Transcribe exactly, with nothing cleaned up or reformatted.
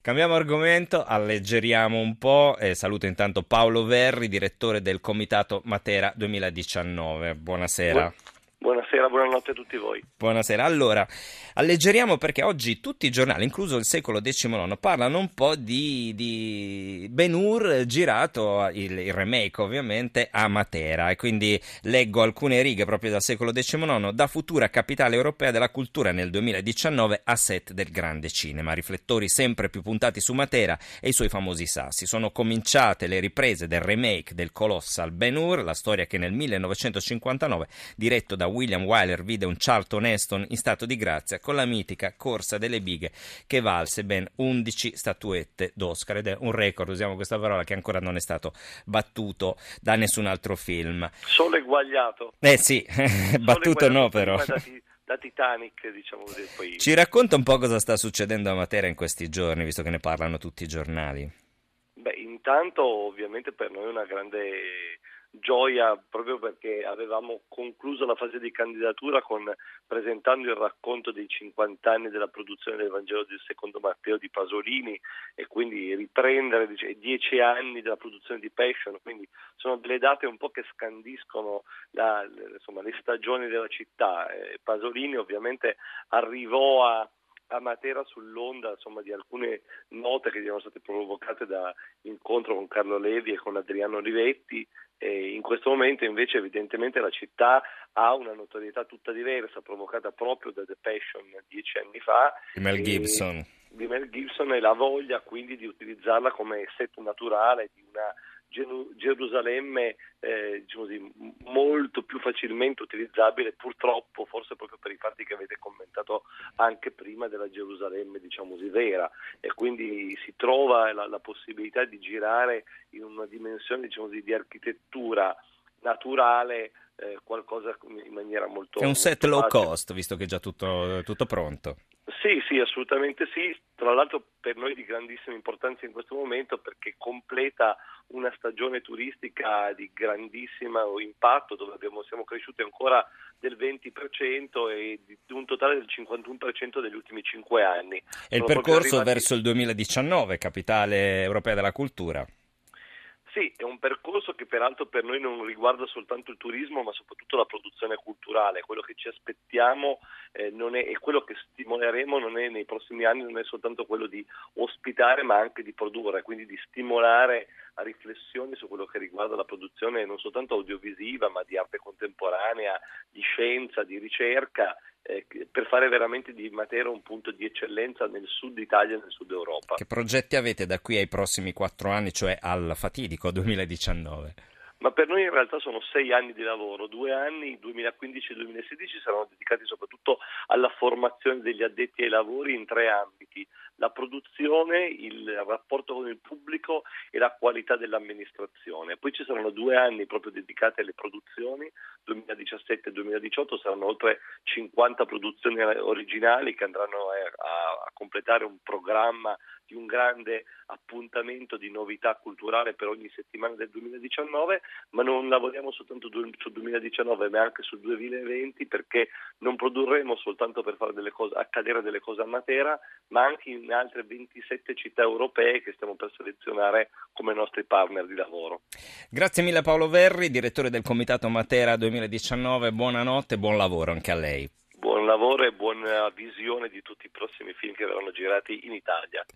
Cambiamo argomento, alleggeriamo un po' e saluto intanto Paolo Verri, direttore del Comitato Matera duemiladiciannove. Buonasera. Bu- Buonasera, buonanotte a tutti voi. Buonasera. Allora, alleggeriamo perché oggi tutti i giornali, incluso il Secolo diciannove, parlano un po' di, di Ben-Hur girato, il, il remake ovviamente, a Matera. E quindi leggo alcune righe proprio dal Secolo diciannove. Da futura capitale europea della cultura nel duemiladiciannove a set del grande cinema. Riflettori sempre più puntati su Matera e i suoi famosi sassi. Sono cominciate le riprese del remake del Colossal Ben-Hur, la storia che nel millenovecentocinquantanove, diretto da William Wyler, vide un Charlton Heston in stato di grazia con la mitica Corsa delle bighe che valse ben undici statuette d'Oscar, ed è un record, usiamo questa parola, che ancora non è stato battuto da nessun altro film. Solo eguagliato. Eh sì, battuto no però. Da, da Titanic, diciamo così. Poi... Ci racconta un po' cosa sta succedendo a Matera in questi giorni, visto che ne parlano tutti i giornali. Beh, intanto ovviamente per noi è una grande gioia, proprio perché avevamo concluso la fase di candidatura con presentando il racconto dei cinquanta anni della produzione del Vangelo del secondo Matteo di Pasolini, e quindi riprendere dice, dieci anni della produzione di Passion, quindi sono delle date un po' che scandiscono la, insomma, le stagioni della città. Eh, Pasolini ovviamente arrivò a a Matera sull'onda, insomma, di alcune note che gli erano state provocate dall'incontro con Carlo Levi e con Adriano Olivetti. E in questo momento invece evidentemente la città ha una notorietà tutta diversa, provocata proprio da The Passion dieci anni fa, Di Mel Gibson. di Mel Gibson, e la voglia quindi di utilizzarla come set naturale di una Gerusalemme eh, diciamo così, molto più facilmente utilizzabile, purtroppo, forse proprio per i fatti che avete commentato anche prima, della Gerusalemme diciamo così vera, e quindi si trova la, la possibilità di girare in una dimensione diciamo così, di architettura naturale, eh, qualcosa in maniera molto... È un set molto low facile. cost, visto che è già tutto, tutto pronto. Sì, sì, assolutamente sì, tra l'altro per noi di grandissima importanza in questo momento, perché completa una stagione turistica di grandissimo impatto, dove abbiamo, siamo cresciuti ancora del venti per cento e di un totale del cinquantuno per cento degli ultimi cinque anni. È il Sono percorso arrivati... verso il duemiladiciannove, capitale europea della cultura. Sì, è un percorso che peraltro per noi non riguarda soltanto il turismo, ma soprattutto la produzione culturale. Quello che ci aspettiamo eh, non è, e quello che stimoleremo non è, nei prossimi anni, non è soltanto quello di ospitare, ma anche di produrre, quindi di stimolare a riflessioni su quello che riguarda la produzione non soltanto audiovisiva, ma di arte contemporanea, di scienza, di ricerca, eh, per fare veramente di Matera un punto di eccellenza nel sud Italia e nel sud Europa. Che progetti avete da qui ai prossimi quattro anni, cioè al fatidico duemiladiciannove? Ma per noi in realtà sono sei anni di lavoro, due anni, duemilaquindici e duemilasedici, saranno dedicati soprattutto alla formazione degli addetti ai lavori in tre ambiti: la produzione, il rapporto con il pubblico e la qualità dell'amministrazione. Poi ci saranno due anni proprio dedicati alle produzioni, duemiladiciassette e duemiladiciotto, saranno oltre cinquanta produzioni originali che andranno a, a completare un programma di un grande appuntamento di novità culturale per ogni settimana del duemiladiciannove, ma non lavoriamo soltanto sul duemiladiciannove, ma anche sul duemilaventi, perché non produrremo soltanto per fare delle cose, accadere delle cose a Matera, ma anche in altre ventisette città europee che stiamo per selezionare come nostri partner di lavoro. Grazie mille Paolo Verri, direttore del Comitato Matera duemiladiciannove, buonanotte e buon lavoro anche a lei. Buon lavoro e buona visione di tutti i prossimi film che verranno girati in Italia.